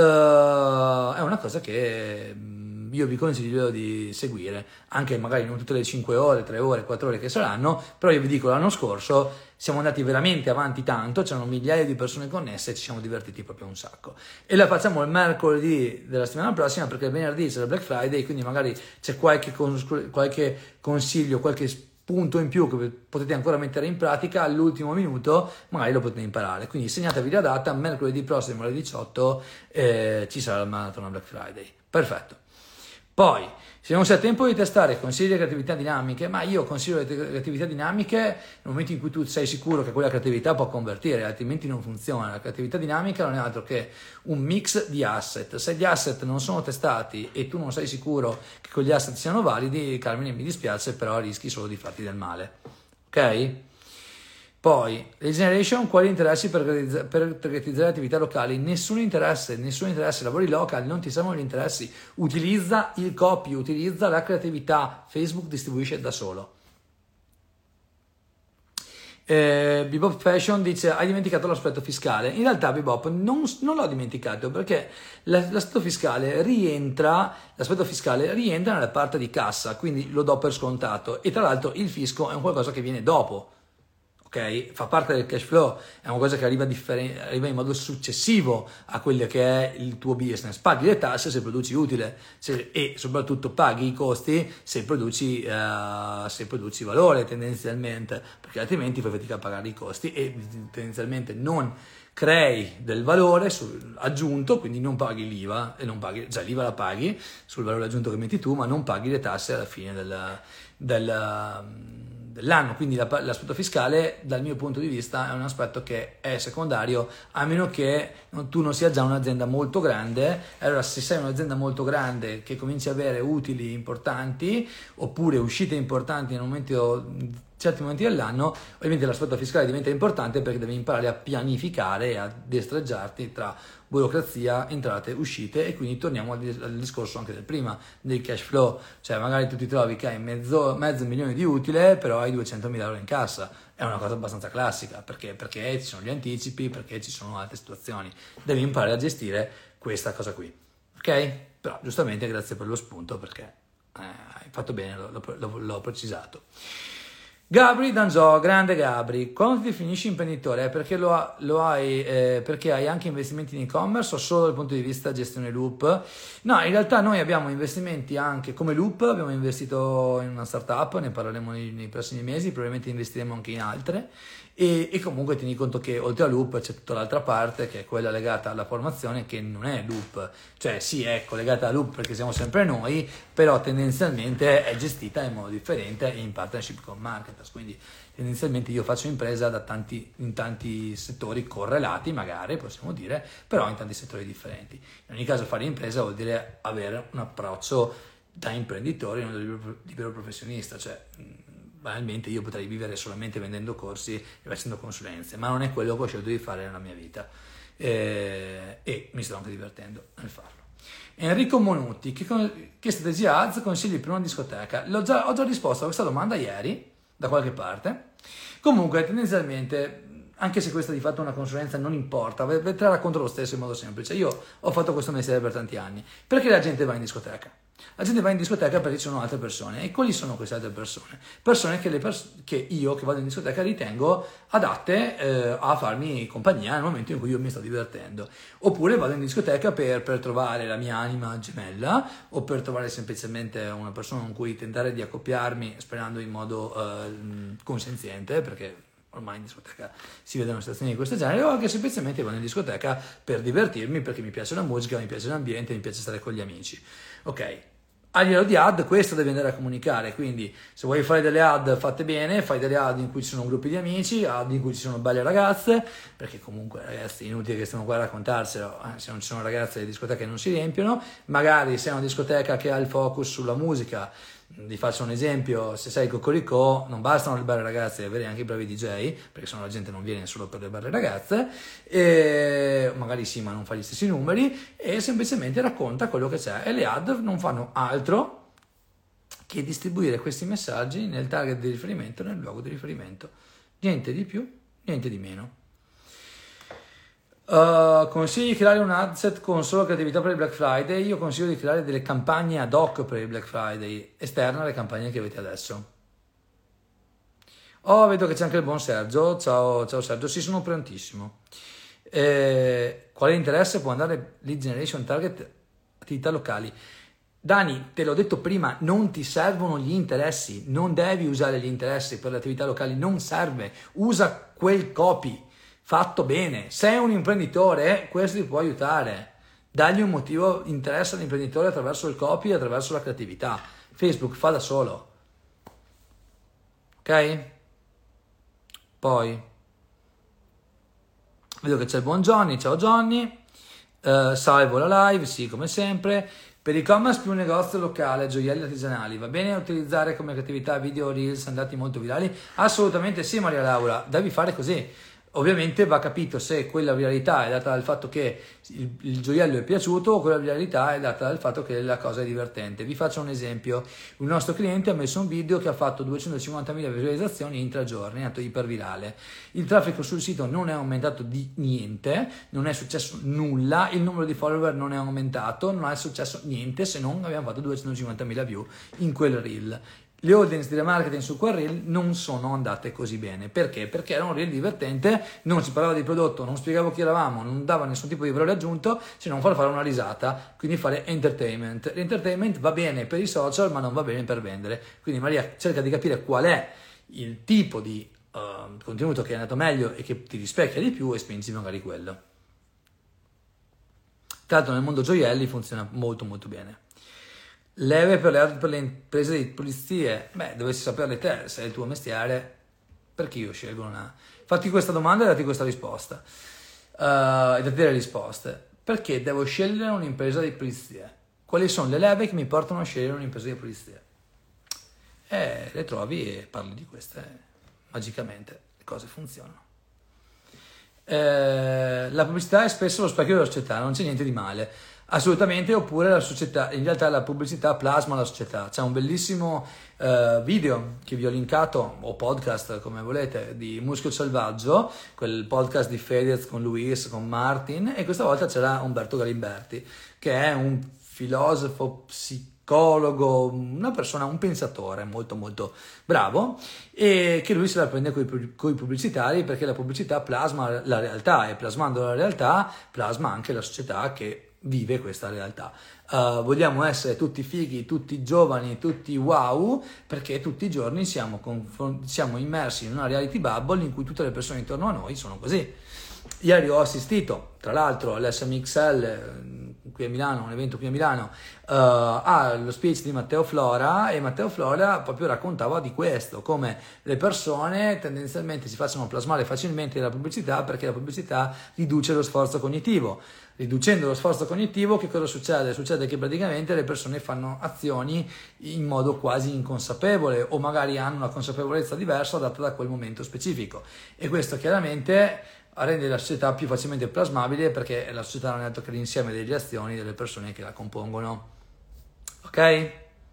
che io vi consiglio di seguire, anche magari non tutte le 5 ore, 3 ore, 4 ore che saranno, però io vi dico, l'anno scorso siamo andati veramente avanti tanto, c'erano migliaia di persone connesse e ci siamo divertiti proprio un sacco. E la facciamo il mercoledì della settimana prossima, perché il venerdì c'è il Black Friday, quindi magari c'è qualche consiglio, qualche punto in più che potete ancora mettere in pratica all'ultimo minuto, magari lo potete imparare. Quindi segnatevi la data, mercoledì prossimo alle 18 ci sarà la Maratona Black Friday. Perfetto. Poi, se non si ha tempo di testare consigli di creatività dinamiche, ma io consiglio le creatività dinamiche nel momento in cui tu sei sicuro che quella creatività può convertire, altrimenti non funziona. La creatività dinamica non è altro che un mix di asset. Se gli asset non sono testati e tu non sei sicuro che quegli asset siano validi, Carmine, mi dispiace, però rischi solo di farti del male. Ok? Poi, le generation, quali interessi per targetizzare attività locali? Nessun interesse, lavori local, non ti servono gli interessi, utilizza il copy, utilizza la creatività, Facebook distribuisce da solo. Bebop Fashion dice, hai dimenticato l'aspetto fiscale? In realtà Bebop non l'ho dimenticato, perché l'aspetto fiscale rientra nella parte di cassa, quindi lo do per scontato, e tra l'altro il fisco è un qualcosa che viene dopo. Okay? Fa parte del cash flow, è una cosa che arriva in modo successivo a quello che è il tuo business. Paghi le tasse se produci utile e soprattutto paghi i costi se produci valore tendenzialmente, perché altrimenti fai fatica a pagare i costi e tendenzialmente non crei del valore aggiunto, quindi non paghi l'IVA e l'IVA la paghi sul valore aggiunto che metti tu, ma non paghi le tasse alla fine dell'anno. Quindi l'aspetto fiscale dal mio punto di vista è un aspetto che è secondario, a meno che tu non sia già un'azienda molto grande. Allora, se sei un'azienda molto grande che cominci a avere utili importanti oppure uscite importanti nel momento certi momenti dell'anno, ovviamente l'aspetto fiscale diventa importante perché devi imparare a pianificare e a destreggiarti tra burocrazia, entrate, uscite, e quindi torniamo al discorso anche del prima, del cash flow, cioè magari tu ti trovi che hai mezzo milione di utile, però hai 200.000 euro in cassa, è una cosa abbastanza classica, perché ci sono gli anticipi, perché ci sono altre situazioni, devi imparare a gestire questa cosa qui, ok? Però giustamente grazie per lo spunto, perché hai fatto bene, l'ho precisato. Gabri Danzò, grande Gabri, quando ti definisci imprenditore è perché perché hai anche investimenti in e-commerce o solo dal punto di vista gestione loop? No, in realtà noi abbiamo investimenti anche come loop, abbiamo investito in una startup, ne parleremo nei prossimi mesi, probabilmente investiremo anche in altre, e comunque tieni conto che oltre a loop c'è tutta l'altra parte che è quella legata alla formazione, che non è loop, cioè sì è collegata a loop perché siamo sempre noi, però tendenzialmente è gestita in modo differente in partnership con marketers, quindi tendenzialmente io faccio impresa in tanti settori correlati magari, possiamo dire, però in tanti settori differenti. In ogni caso fare impresa vuol dire avere un approccio da imprenditore, non da libero professionista, cioè banalmente io potrei vivere solamente vendendo corsi e facendo consulenze, ma non è quello che ho scelto di fare nella mia vita, e mi sto anche divertendo nel farlo. Enrico Monutti, che strategia ads consigli per una discoteca? Ho già risposto a questa domanda ieri da qualche parte. Comunque tendenzialmente, anche se questa di fatto è una consulenza, non importa, ve la racconto lo stesso in modo semplice. Io ho fatto questo mestiere per tanti anni. Perché la gente va in discoteca? La gente va in discoteca perché ci sono altre persone. E quali sono queste altre persone? Persone che io, che vado in discoteca, ritengo adatte a farmi compagnia nel momento in cui io mi sto divertendo. Oppure vado in discoteca per trovare la mia anima gemella, o per trovare semplicemente una persona con cui tentare di accoppiarmi, sperando in modo consenziente, perché ormai in discoteca si vedono situazioni di questo genere, o anche semplicemente vado in discoteca per divertirmi, perché mi piace la musica, mi piace l'ambiente, mi piace stare con gli amici. Ok, a livello di ad questo devi andare a comunicare, quindi se vuoi fare delle ad fatte bene, fai delle ad in cui ci sono gruppi di amici, ad in cui ci sono belle ragazze, perché comunque ragazzi è inutile che stiamo qua a raccontarselo, se non ci sono ragazze le discoteche non si riempiono. Magari se è una discoteca che ha il focus sulla musica, vi faccio un esempio, se sei Cocorico non bastano le belle ragazze, devi avere anche i bravi DJ, perché sennò la gente non viene solo per le belle ragazze, e magari sì, ma non fa gli stessi numeri, e semplicemente racconta quello che c'è, e le ad non fanno altro che distribuire questi messaggi nel target di riferimento, nel luogo di riferimento, niente di più, niente di meno. Consigli di creare un adset con solo creatività per il Black Friday? Io consiglio di creare delle campagne ad hoc per il Black Friday, esterne alle campagne che avete adesso. Vedo che c'è anche il buon Sergio. Ciao Sergio, sì, sono prontissimo. Quale interesse può andare lead generation target attività locali? Dani, te l'ho detto prima, non ti servono gli interessi, non devi usare gli interessi per le attività locali, non serve, usa quel copy fatto bene. Sei un imprenditore, questo ti può aiutare. Dagli un motivo, interessa all'imprenditore attraverso il copy e attraverso la creatività. Facebook fa da solo. Ok? Poi vedo che c'è il buon Johnny. Ciao Johnny. Salvo la live, sì, come sempre. Per e-commerce più un negozio locale, gioielli artigianali, va bene utilizzare come creatività video reels andati molto virali? Assolutamente sì, Maria Laura, devi fare così. Ovviamente va capito se quella viralità è data dal fatto che il gioiello è piaciuto o quella viralità è data dal fatto che la cosa è divertente. Vi faccio un esempio. Un nostro cliente ha messo un video che ha fatto 250.000 visualizzazioni in 3 giorni, è andato ipervirale. Il traffico sul sito non è aumentato di niente, non è successo nulla, il numero di follower non è aumentato, non è successo niente se non abbiamo fatto 250.000 view in quel reel. Le audience di remarketing su quel reel non sono andate così bene. Perché? Perché era un reel divertente, non si parlava di prodotto, non spiegavo chi eravamo, non dava nessun tipo di valore aggiunto, se non far fare una risata, quindi fare entertainment. L'entertainment va bene per i social, ma non va bene per vendere. Quindi Maria cerca di capire qual è il tipo di contenuto che è andato meglio e che ti rispecchia di più e spingi magari quello. Tra l'altro nel mondo gioielli funziona molto molto bene. Leve per le imprese di pulizie? Dovessi saperle te, se è il tuo mestiere, perché io scelgo una... Fatti questa domanda e dati questa risposta. E dati le risposte. Perché devo scegliere un'impresa di pulizie? Quali sono le leve che mi portano a scegliere un'impresa di pulizie? Le trovi e parli di queste. magicamente le cose funzionano. La pubblicità è spesso lo specchio della società, non c'è niente di male, assolutamente, oppure la società, in realtà la pubblicità plasma la società. C'è un bellissimo video che vi ho linkato, o podcast come volete, di Muschio Selvaggio, quel podcast di Fedez con Luis, con Martin, e questa volta c'era Umberto Galimberti, che è un filosofo, psicologo, una persona, un pensatore molto molto bravo, e che lui se la prende con i pubblicitari, perché la pubblicità plasma la realtà, e plasmando la realtà plasma anche la società che vive questa realtà. Vogliamo essere tutti fighi, tutti giovani, tutti wow, perché tutti i giorni siamo immersi in una reality bubble in cui tutte le persone intorno a noi sono così. Ieri ho assistito, tra l'altro, all'SMXL qui a Milano, un evento qui a Milano, allo speech di Matteo Flora, e Matteo Flora proprio raccontava di questo, come le persone tendenzialmente si facciano plasmare facilmente dalla pubblicità, perché la pubblicità riduce lo sforzo cognitivo. Riducendo lo sforzo cognitivo, che cosa succede? Succede che praticamente le persone fanno azioni in modo quasi inconsapevole, o magari hanno una consapevolezza diversa adatta da quel momento specifico, e questo chiaramente rende la società più facilmente plasmabile, perché la società non è altro che l'insieme delle azioni delle persone che la compongono. Ok?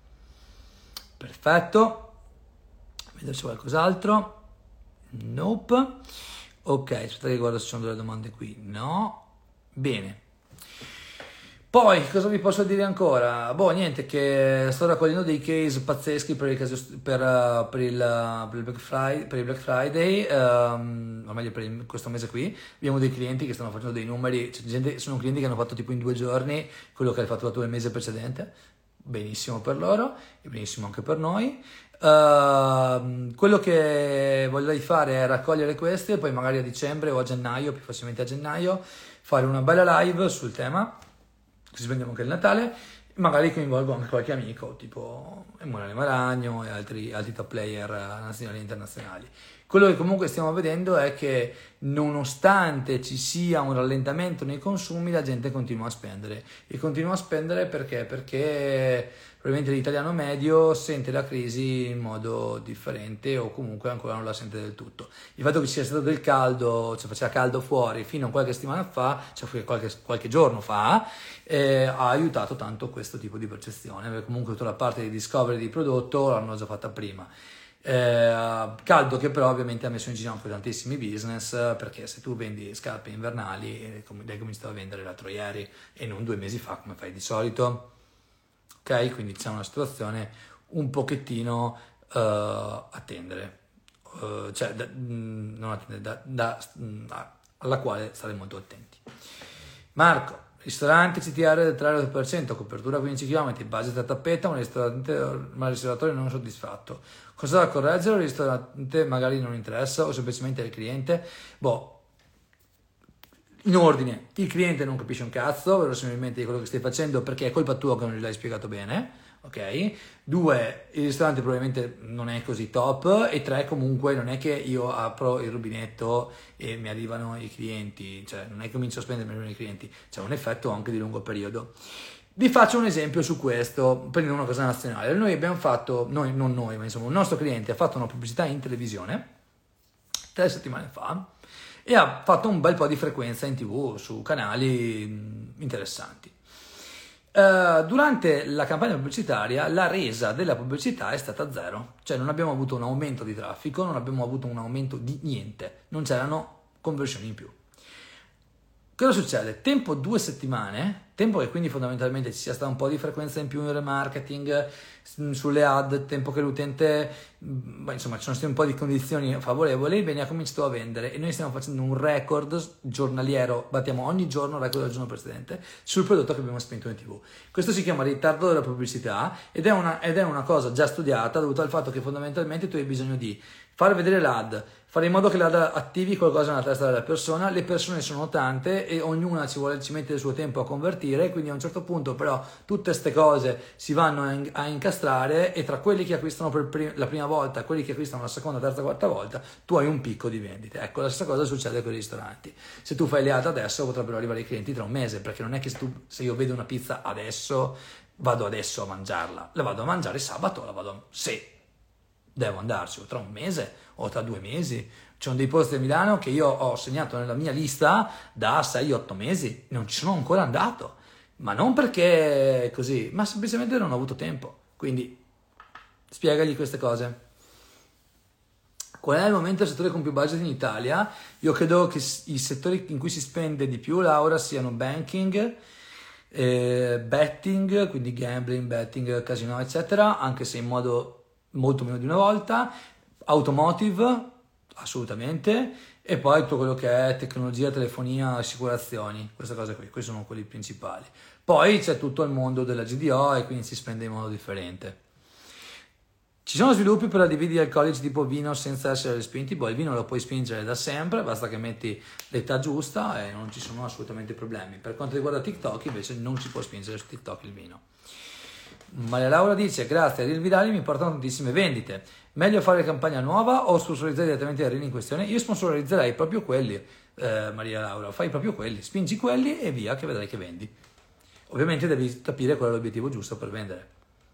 Perfetto. Vedo se c'è qualcos'altro. Nope. Ok, aspetta che guardo se ci sono delle domande qui. No. Bene. Poi, cosa vi posso dire ancora? Niente, che sto raccogliendo dei case pazzeschi per il Black Friday, o meglio per questo mese qui. Abbiamo dei clienti che stanno facendo dei numeri, sono clienti che hanno fatto tipo in 2 giorni quello che hai fatto il mese precedente. Benissimo per loro e benissimo anche per noi. Quello che voglio fare è raccogliere queste, e poi magari a dicembre o a gennaio, più facilmente a gennaio, fare una bella live sul tema, così prendiamo anche il Natale, magari coinvolgo anche qualche amico, tipo Emanuele Maragno e altri top player nazionali e internazionali. Quello che comunque stiamo vedendo è che nonostante ci sia un rallentamento nei consumi, la gente continua a spendere. E continua a spendere perché? Perché probabilmente l'italiano medio sente la crisi in modo differente, o comunque ancora non la sente del tutto. Il fatto che ci sia stato del caldo, cioè faceva caldo fuori fino a qualche settimana fa, cioè qualche giorno fa, ha aiutato tanto questo tipo di percezione, perché comunque tutta la parte di discovery di prodotto l'hanno già fatta prima. Caldo che però ovviamente ha messo in ginocchio tantissimi business, perché se tu vendi scarpe invernali hai cominciato a vendere l'altro ieri e non 2 mesi fa come fai di solito, ok? Quindi c'è una situazione un pochettino a tendere, cioè non a tendere, alla quale stare molto attenti. Marco, ristorante CTR del 3%, copertura 15 km, budget a tappeta, ma il ristoratore non è soddisfatto. Cosa da correggere? Il ristorante magari non interessa, o semplicemente il cliente? In ordine, il cliente non capisce un cazzo, verosimilmente, di quello che stai facendo, perché è colpa tua che non gliel'hai spiegato bene, ok? 2, il ristorante probabilmente non è così top, e 3, comunque non è che io apro il rubinetto e mi arrivano i clienti, cioè non è che comincio a spendere e mi arrivano i clienti, c'è un effetto anche di lungo periodo. Vi faccio un esempio su questo, prendendo una cosa nazionale. Noi abbiamo fatto, non noi, ma insomma un nostro cliente ha fatto una pubblicità in televisione 3 settimane fa, e ha fatto un bel po' di frequenza in TV su canali interessanti. Durante la campagna pubblicitaria la resa della pubblicità è stata 0, cioè non abbiamo avuto un aumento di traffico, non abbiamo avuto un aumento di niente, non c'erano conversioni in più. Cosa succede? Tempo 2 settimane, tempo che quindi fondamentalmente ci sia stata un po' di frequenza in più in remarketing, sulle ad, tempo che l'utente, insomma ci sono state un po' di condizioni favorevoli, bene, ha cominciato a vendere, e noi stiamo facendo un record giornaliero, battiamo ogni giorno il record del giorno precedente sul prodotto che abbiamo spento in TV. Questo si chiama ritardo della pubblicità, ed è una cosa già studiata, dovuta al fatto che fondamentalmente tu hai bisogno di far vedere l'ad, fare in modo che l'ad attivi qualcosa nella testa della persona. Le persone sono tante e ognuna ci mette il suo tempo a convertire, quindi a un certo punto però tutte queste cose si vanno a incastrare, e tra quelli che acquistano per la prima volta e quelli che acquistano la seconda, terza, quarta volta, tu hai un picco di vendite. Ecco, la stessa cosa succede con i ristoranti. Se tu fai le ad adesso, potrebbero arrivare i clienti tra un mese, perché non è che se io vedo una pizza adesso, vado adesso a mangiarla, la vado a mangiare sabato, se devo andarci o tra un mese o tra 2 mesi. Ci sono dei posti a Milano che io ho segnato nella mia lista da 6-8 mesi, non ci sono ancora andato, ma non perché così, ma semplicemente non ho avuto tempo. Quindi spiegagli queste cose. Qual è al momento il settore con più budget in Italia? Io credo che i settori in cui si spende di più, Laura, siano banking, betting, quindi gambling, betting, casino, eccetera, anche se in modo molto meno di una volta, automotive, assolutamente, e poi tutto quello che è tecnologia, telefonia, assicurazioni, queste cose qui, questi sono quelli principali. Poi c'è tutto il mondo della GDO e quindi si spende in modo differente. Ci sono sviluppi per additivi alcolici tipo vino senza essere respinti? Boh, il vino lo puoi spingere da sempre, basta che metti l'età giusta e non ci sono assolutamente problemi. Per quanto riguarda TikTok invece non si può spingere su TikTok il vino. Maria Laura dice: grazie, a Reel virali mi portano tantissime vendite. Meglio fare campagna nuova o sponsorizzare direttamente i reel in questione? Io sponsorizzerei proprio quelli, Maria Laura, fai proprio quelli, spingi quelli e via che vedrai che vendi. Ovviamente devi capire qual è l'obiettivo giusto per vendere.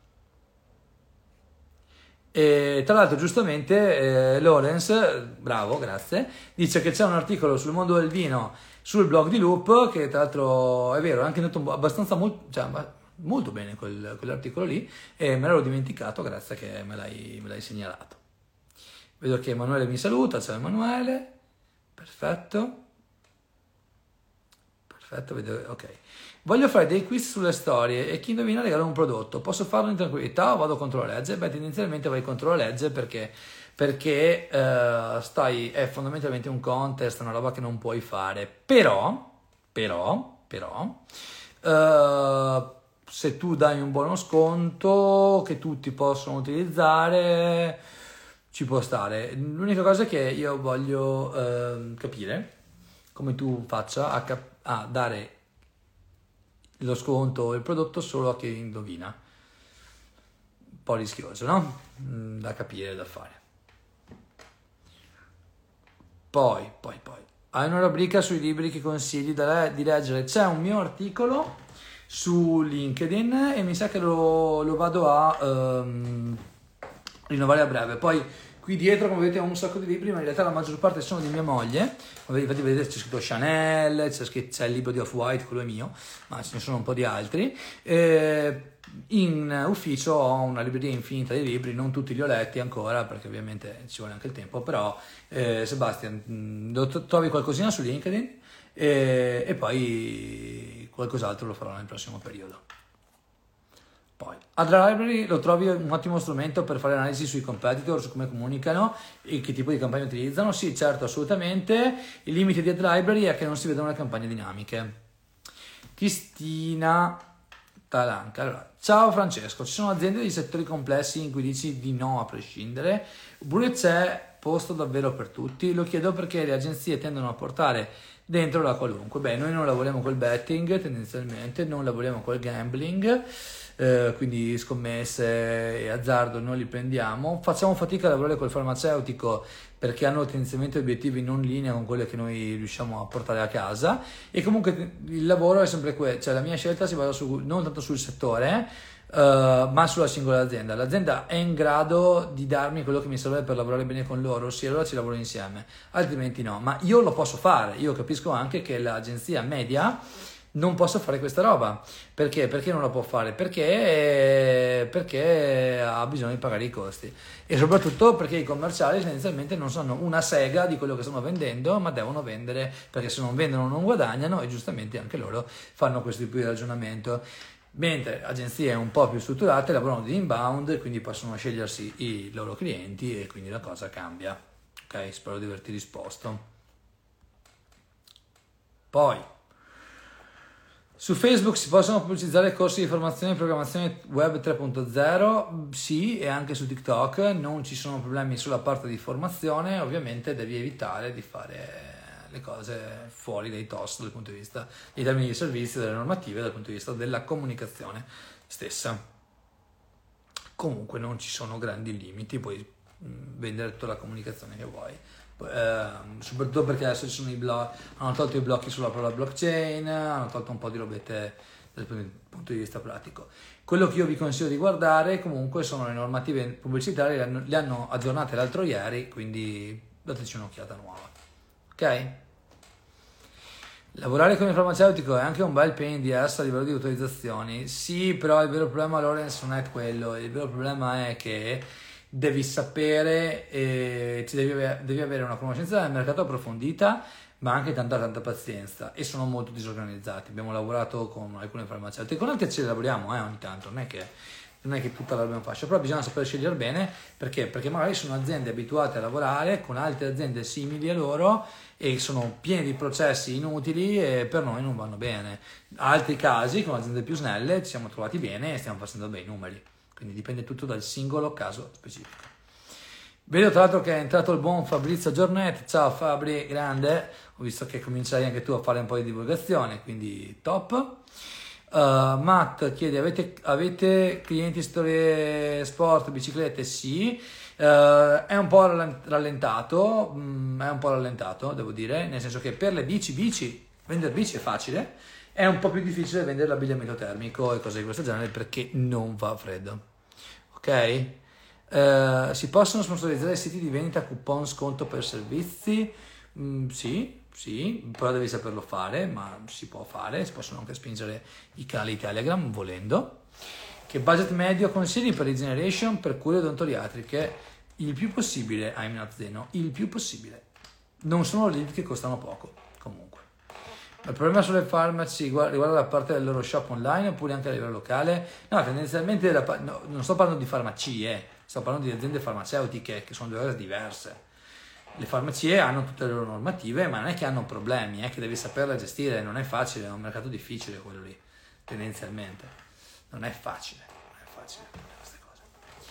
E tra l'altro giustamente Lorenz, bravo, grazie, dice che c'è un articolo sul mondo del vino sul blog di Loop, che tra l'altro è vero, è anche andato abbastanza molto bene quell'articolo lì, e me l'ero dimenticato, grazie che me l'hai segnalato. Vedo che Emanuele mi saluta, ciao Emanuele, perfetto, vedo, ok. Voglio fare dei quiz sulle storie e chi indovina regala un prodotto. Posso farlo in tranquillità o vado contro la legge? Beh, tendenzialmente vai contro la legge perché è fondamentalmente un contest, una roba che non puoi fare. Però, se tu dai un buono sconto che tutti possono utilizzare, ci può stare. L'unica cosa è che io voglio capire come tu faccia a dare lo sconto o il prodotto solo a chi indovina. Un po' rischioso, no? Da capire, da fare. Poi. Hai una rubrica sui libri che consigli di leggere? C'è un mio articolo su LinkedIn e mi sa che lo vado a rinnovare a breve. Poi qui dietro, come vedete, ho un sacco di libri, ma in realtà la maggior parte sono di mia moglie. Infatti vedete c'è scritto Chanel, c'è il libro di Off-White, quello è mio, ma ce ne sono un po' di altri. In ufficio ho una libreria infinita di libri, non tutti li ho letti ancora perché ovviamente ci vuole anche il tempo, però Sebastian, trovi qualcosina su LinkedIn e poi qualcos'altro lo farò nel prossimo periodo. Poi, Adra Library lo trovi un ottimo strumento per fare analisi sui competitor, su come comunicano e che tipo di campagne utilizzano? Sì, certo, assolutamente. Il limite di Adra Library è che non si vedono le campagne dinamiche. Cristina Talanca. Allora, ciao Francesco, ci sono aziende di settori complessi in cui dici di no a prescindere, oppure c'è posto davvero per tutti? Lo chiedo perché le agenzie tendono a portare dentro la qualunque. Beh, noi non lavoriamo col betting tendenzialmente, non lavoriamo col gambling, quindi scommesse e azzardo non li prendiamo. Facciamo fatica a lavorare col farmaceutico perché hanno tendenzialmente obiettivi non in linea con quelli che noi riusciamo a portare a casa, e comunque il lavoro è sempre quello, cioè la mia scelta si basa non tanto sul settore, ma sulla singola azienda. L'azienda è in grado di darmi quello che mi serve per lavorare bene con loro, sì, allora ci lavoro insieme, altrimenti no. Ma io lo posso fare, io capisco anche che l'agenzia media non possa fare questa roba. Perché? Perché non la può fare? Perché ha bisogno di pagare i costi, e soprattutto perché i commerciali tendenzialmente non sanno una sega di quello che stanno vendendo, ma devono vendere, perché se non vendono non guadagnano, e giustamente anche loro fanno questo tipo di ragionamento. Mentre agenzie un po' più strutturate lavorano di inbound, quindi possono scegliersi i loro clienti e quindi la cosa cambia. Ok, spero di averti risposto. Poi, su Facebook si possono pubblicizzare corsi di formazione in programmazione web 3.0? Sì, e anche su TikTok non ci sono problemi sulla parte di formazione. Ovviamente devi evitare di fare le cose fuori dai TOS dal punto di vista dei termini di servizio, delle normative, dal punto di vista della comunicazione stessa. Comunque non ci sono grandi limiti, puoi vendere tutta la comunicazione che vuoi. Soprattutto perché adesso ci sono hanno tolto i blocchi sulla parola blockchain, hanno tolto un po' di robette dal punto di vista pratico. Quello che io vi consiglio di guardare comunque sono le normative pubblicitarie, le hanno aggiornate l'altro ieri, quindi dateci un'occhiata nuova. Ok? Lavorare con il farmaceutico è anche un bel pain in the ass a livello di autorizzazioni. Sì, però il vero problema, Lorenz, non è quello. Il vero problema è che devi sapere, devi avere una conoscenza del mercato approfondita, ma anche tanta pazienza, e sono molto disorganizzati. Abbiamo lavorato con alcune farmaceutiche, con altre ce le lavoriamo ogni tanto, non è che tutta l'abbiamo fascia, però bisogna saper scegliere bene, perché magari sono aziende abituate a lavorare con altre aziende simili a loro e sono pieni di processi inutili e per noi non vanno bene. Altri casi, con aziende più snelle, ci siamo trovati bene e stiamo facendo bei numeri, quindi dipende tutto dal singolo caso specifico. Vedo tra l'altro che è entrato il buon Fabrizio Giornetti. Ciao Fabri, grande, ho visto che cominciai anche tu a fare un po' di divulgazione, quindi top. Matt chiede, avete clienti storie sport, biciclette? Sì, è un po' rallentato, devo dire, nel senso che per le bici, vendere bici è facile, è un po' più difficile vendere l'abbigliamento termico e cose di questo genere perché non fa freddo, ok? Si possono sponsorizzare siti di vendita coupon sconto per servizi? Sì, però devi saperlo fare, ma si può fare, si possono anche spingere i canali Telegram volendo. Che budget medio consigli per regeneration per cure odontoriatriche? Il più possibile, Zeno, il più possibile. Non sono lead che costano poco, comunque. Ma il problema sulle farmaci riguarda la parte del loro shop online oppure anche a livello locale? No, tendenzialmente non sto parlando di farmacie, sto parlando di aziende farmaceutiche, che sono due cose diverse. Le farmacie hanno tutte le loro normative, ma non è che hanno problemi, è che devi saperle gestire, non è facile, è un mercato difficile quello lì, tendenzialmente. Non è facile queste cose.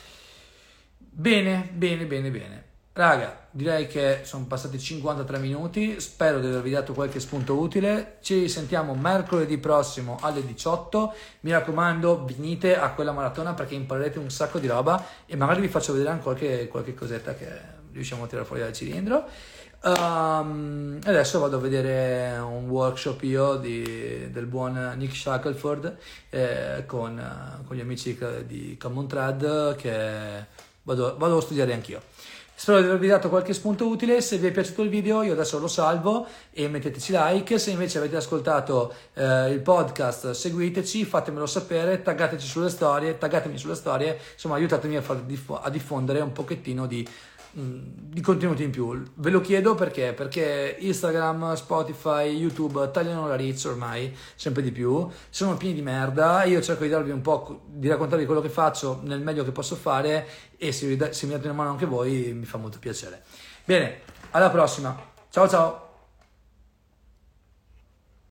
Bene. Raga, direi che sono passati 53 minuti, spero di avervi dato qualche spunto utile. Ci sentiamo mercoledì prossimo alle 18. Mi raccomando, venite a quella maratona perché imparerete un sacco di roba e magari vi faccio vedere anche qualche cosetta che riusciamo a tirare fuori dal cilindro. Adesso vado a vedere un workshop io del buon Nick Shackelford con gli amici di Common Thread che vado a studiare anch'io. Spero di avervi dato qualche spunto utile. Se vi è piaciuto il video io adesso lo salvo e metteteci like. Se invece avete ascoltato il podcast, seguiteci, fatemelo sapere, taggatemi sulle storie, insomma aiutatemi a diffondere un pochettino di contenuti in più. Ve lo chiedo perché Instagram, Spotify, YouTube tagliano la reach ormai sempre di più, sono pieni di merda. Io cerco di darvi un po', di raccontarvi quello che faccio nel meglio che posso fare e se mi date una mano anche voi mi fa molto piacere. Bene, alla prossima, ciao.